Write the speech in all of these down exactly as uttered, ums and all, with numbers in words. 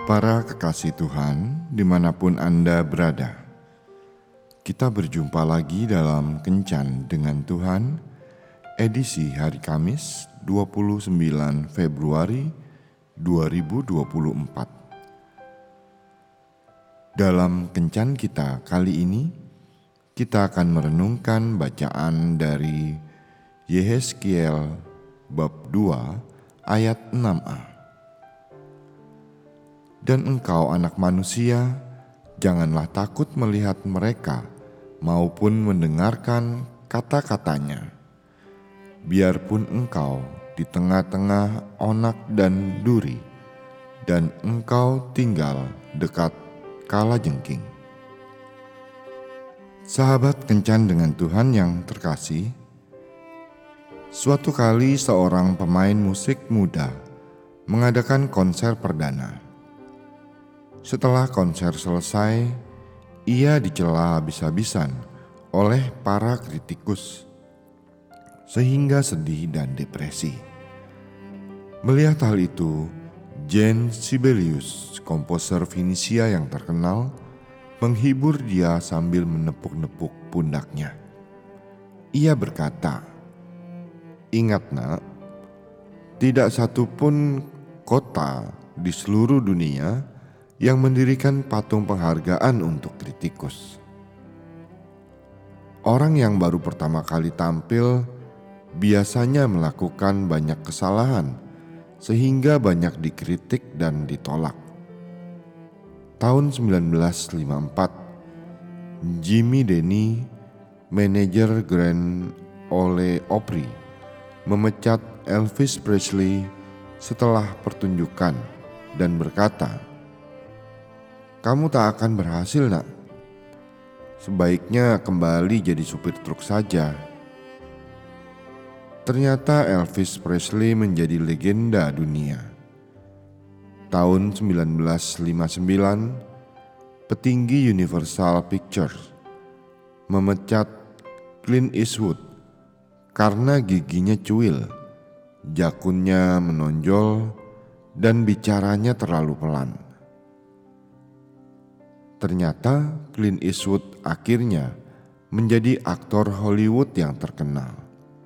Para kekasih Tuhan, dimanapun Anda berada, kita berjumpa lagi dalam Kencan dengan Tuhan, edisi hari Kamis dua puluh sembilan Februari dua ribu dua puluh empat. Dalam Kencan kita kali ini, kita akan merenungkan bacaan dari Yehezkiel bab dua ayat enam a. Dan engkau anak manusia, janganlah takut melihat mereka maupun mendengarkan kata-katanya. Biarpun engkau di tengah-tengah onak dan duri, dan engkau tinggal dekat kalajengking. Sahabat Kencan dengan Tuhan yang terkasih, suatu kali seorang pemain musik muda mengadakan konser perdana. Setelah konser selesai, ia dicela habis-habisan oleh para kritikus, sehingga sedih dan depresi. Melihat hal itu, Jean Sibelius, komposer Finisia yang terkenal, menghibur dia sambil menepuk-nepuk pundaknya. Ia berkata, "Ingat nak, tidak satupun kota di seluruh dunia yang mendirikan patung penghargaan untuk kritikus. Orang yang baru pertama kali tampil biasanya melakukan banyak kesalahan sehingga banyak dikritik dan ditolak." Tahun sembilan belas lima puluh empat, Jimmy Denny, manajer Grand Ole Opry, memecat Elvis Presley setelah pertunjukan dan berkata, "Kamu tak akan berhasil, nak. Sebaiknya kembali jadi supir truk saja." Ternyata Elvis Presley menjadi legenda dunia. Tahun sembilan belas lima puluh sembilan, petinggi Universal Pictures memecat Clint Eastwood karena giginya cuil, jakunnya menonjol, dan bicaranya terlalu pelan. Ternyata Clint Eastwood akhirnya menjadi aktor Hollywood yang terkenal.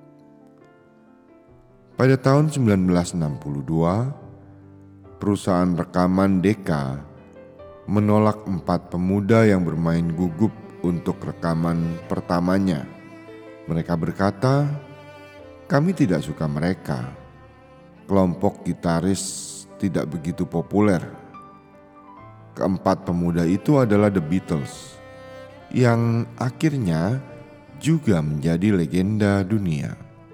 Pada tahun sembilan belas enam puluh dua, perusahaan rekaman Decca menolak empat pemuda yang bermain gugup untuk rekaman pertamanya. Mereka berkata, "Kami tidak suka mereka. Kelompok gitaris tidak begitu populer." Keempat pemuda itu adalah The Beatles, yang akhirnya juga menjadi legenda dunia.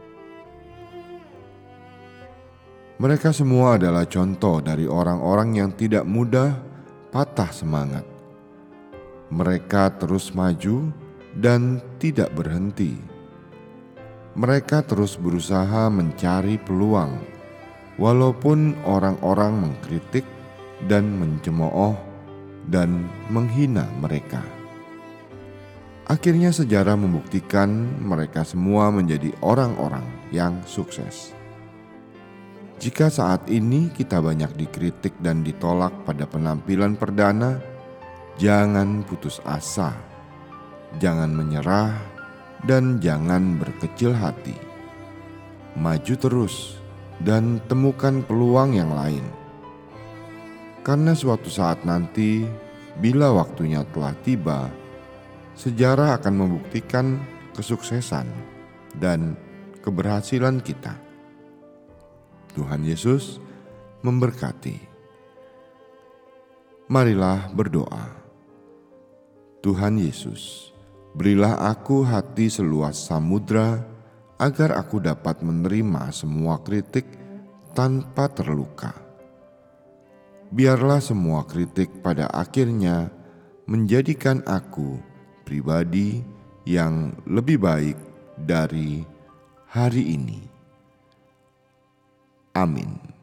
Mereka semua adalah contoh dari orang-orang yang tidak mudah patah semangat. Mereka terus maju dan tidak berhenti. Mereka terus berusaha mencari peluang, walaupun orang-orang mengkritik dan mencemooh dan menghina mereka. Akhirnya sejarah membuktikan mereka semua menjadi orang-orang yang sukses. Jika saat ini kita banyak dikritik dan ditolak pada penampilan perdana, jangan putus asa, jangan menyerah, dan jangan berkecil hati. Maju terus dan temukan peluang yang lain. Karena suatu saat nanti, bila waktunya telah tiba, sejarah akan membuktikan kesuksesan dan keberhasilan kita. Tuhan Yesus memberkati. Marilah berdoa. Tuhan Yesus, berilah aku hati seluas samudra agar aku dapat menerima semua kritik tanpa terluka. Biarlah semua kritik pada akhirnya menjadikan aku pribadi yang lebih baik dari hari ini. Amin.